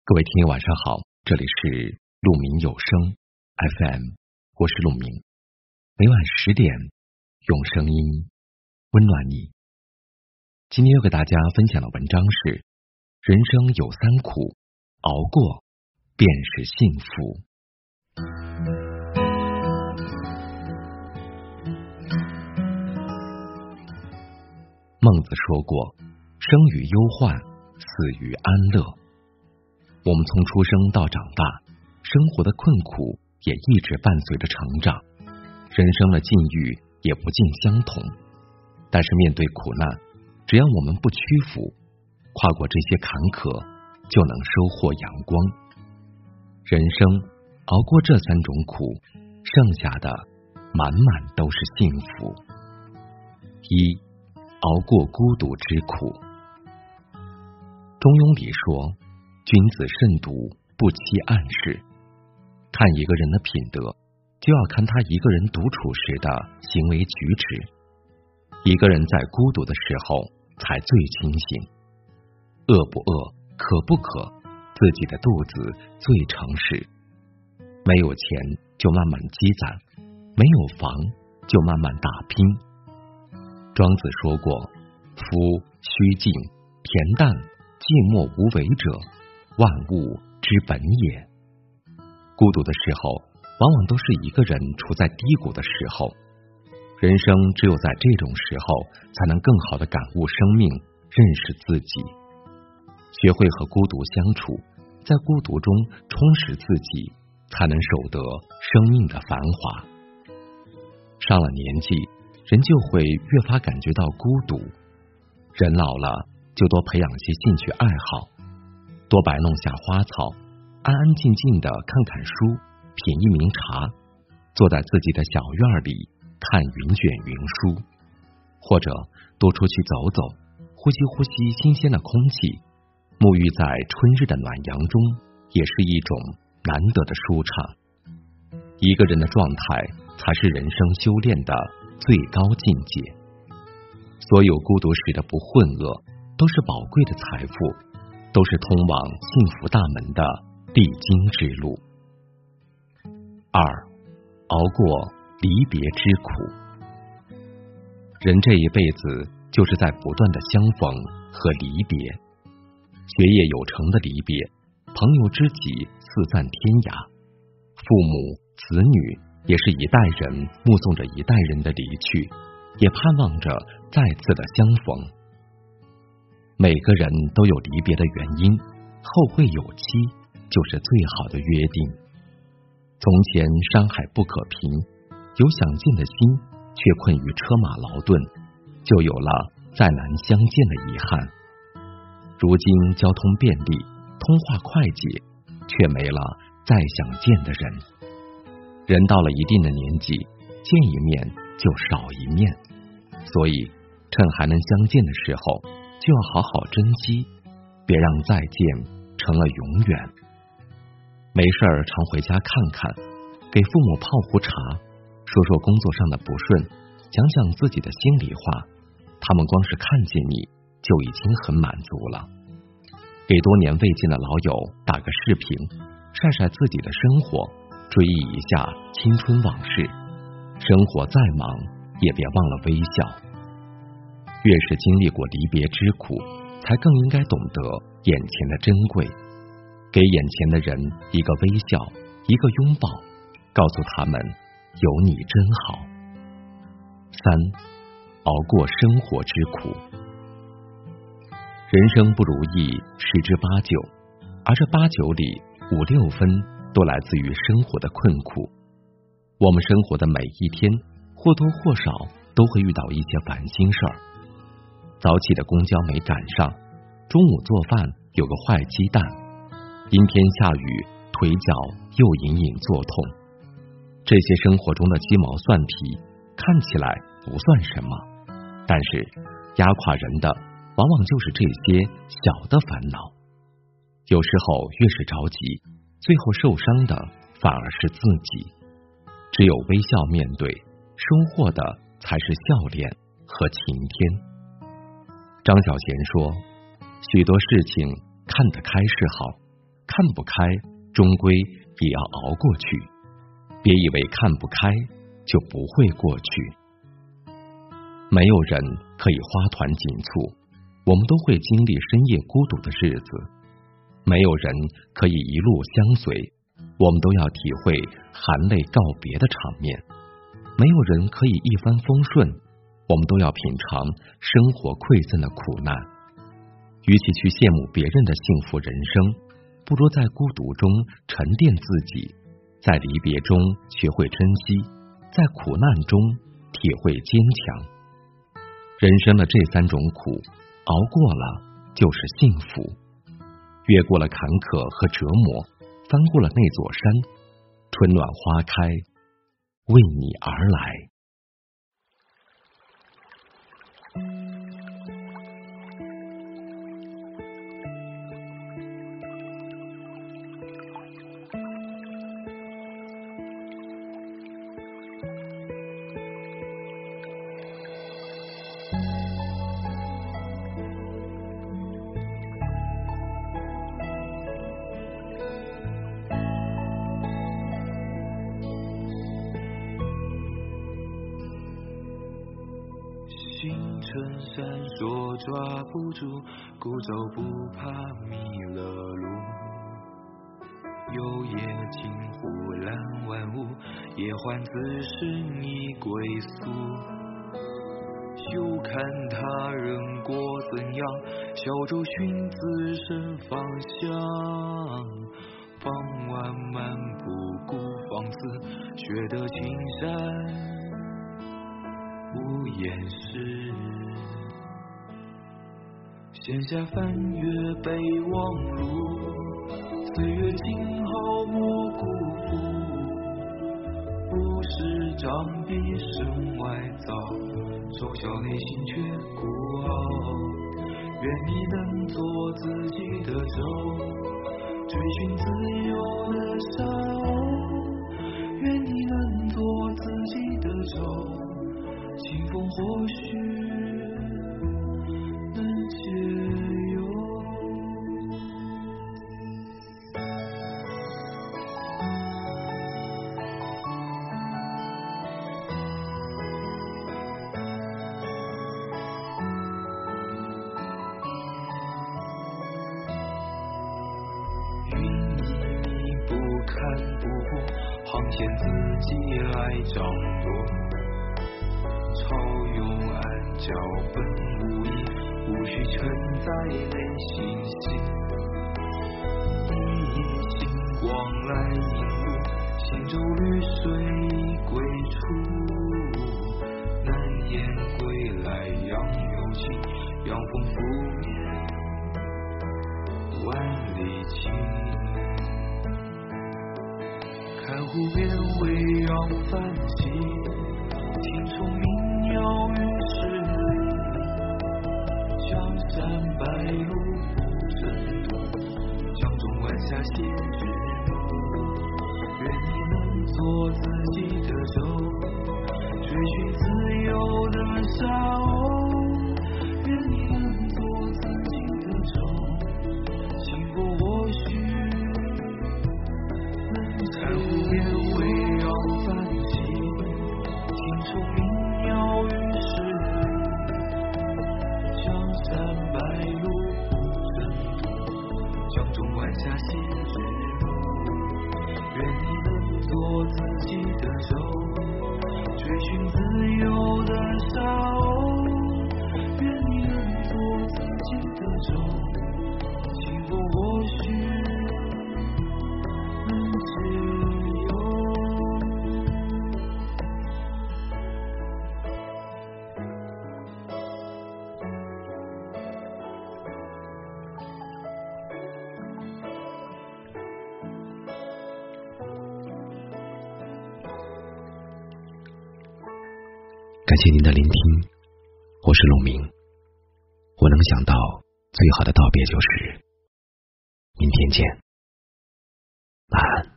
各位听友晚上好，这里是鹿鸣有声 FM， 我是鹿鸣，每晚10点用声音温暖你。今天要给大家分享的文章是人生有3苦，熬过便是幸福。孟子说过，生于忧患，死于安乐。我们从出生到长大，生活的困苦也一直伴随着成长，人生的境遇也不尽相同。但是面对苦难，只要我们不屈服，跨过这些坎坷，就能收获阳光。人生熬过这3种苦，剩下的满满都是幸福。1. 熬过孤独之苦。中庸里说，君子慎独，不欺暗室。看一个人的品德，就要看他一个人独处时的行为举止。一个人在孤独的时候才最清醒，饿不饿，渴不渴，自己的肚子最诚实。没有钱就慢慢积攒，没有房就慢慢打拼。庄子说过，夫虚静恬淡寂寞无为者，万物之本也。孤独的时候，往往都是一个人处在低谷的时候。人生只有在这种时候，才能更好地感悟生命，认识自己，学会和孤独相处，在孤独中充实自己，才能守得生命的繁华。上了年纪，人就会越发感觉到孤独。人老了，就多培养些兴趣爱好，多摆弄下花草，安安静静地看看书，品一茗茶，坐在自己的小院里看云卷云舒。或者多出去走走，呼吸呼吸新鲜的空气，沐浴在春日的暖阳中，也是一种难得的舒畅。一个人的状态才是人生修炼的最高境界。所有孤独时的不混噩，都是宝贵的财富，都是通往幸福大门的必经之路。2. 熬过离别之苦。人这一辈子就是在不断的相逢和离别，学业有成的离别，朋友知己四散天涯，父母子女也是一代人目送着一代人的离去，也盼望着再次的相逢。每个人都有离别的原因，后会有期就是最好的约定。从前山海不可平，有想见的心，却困于车马劳顿，就有了再难相见的遗憾。如今交通便利，通话快捷，却没了再想见的人。人到了一定的年纪，见一面就少一面，所以趁还能相见的时候，就要好好珍惜，别让再见成了永远。没事儿常回家看看，给父母泡壶茶，说说工作上的不顺，讲讲自己的心里话，他们光是看见你就已经很满足了。给多年未见的老友打个视频，晒晒自己的生活，追忆一下青春往事。生活再忙，也别忘了微笑。越是经历过离别之苦，才更应该懂得眼前的珍贵。给眼前的人一个微笑，一个拥抱，告诉他们有你真好。3. 熬过生活之苦。人生不如意10之8九，而这8九里5、6分都来自于生活的困苦。我们生活的每一天，或多或少都会遇到一些烦心事儿。早起的公交没赶上，中午做饭有个坏鸡蛋，阴天下雨，腿脚又隐隐作痛。这些生活中的鸡毛蒜皮看起来不算什么，但是压垮人的往往就是这些小的烦恼。有时候越是着急，最后受伤的反而是自己。只有微笑面对，收获的才是笑脸和晴天。张小娴说，许多事情看得开是好，看看不开，终归也要熬过去。别以为看不开就不会过去。没有人可以花团锦簇，我们都会经历深夜孤独的日子。没有人可以一路相随，我们都要体会含泪告别的场面。没有人可以一帆风顺，我们都要品尝生活馈赠的苦难。与其去羡慕别人的幸福人生，不如在孤独中沉淀自己，在离别中学会珍惜，在苦难中体会坚强。人生的这3种苦，熬过了就是幸福。越过了坎坷和折磨，翻过了那座山，春暖花开，为你而来。 星辰闪烁抓不住，孤舟不怕迷了路。有夜惊呼揽万物，夜换此时你归宿。休看他人过怎样，小舟寻自身方向。傍晚漫步孤芳寺，学得青山无言事。闲暇翻阅备忘录，岁月静好莫辜负。不是掌笔身外造，手小内心却孤傲。愿你能做自己的舟，追寻自由的沙鸥。愿你能做自己的舟，清风或许能解忧。云一迷不看不顾，航线自己来掌舵。潮涌暗角本无意，无需承载内心戏。一星光来引路，行舟绿水归处。难言归来杨有情，阳风拂面万里情。看湖边微让泛起，听虫鸣鸟于诗里。江山白露不争夺，江中晚霞写日落。愿你能做自己的舟，追寻自由的沙鸥。愿你能做自己的舟，幸福或许看湖边微让泛起，听虫鸣鸟于诗里。江山白露不争夺，江中晚霞写日落。愿你能做自己的舟，追寻自由的沙鸥。愿你能做自己的舟，幸福或许能解忧。 感谢您的聆听，我是陆明。我能想到最好的道别就是明天见，晚安。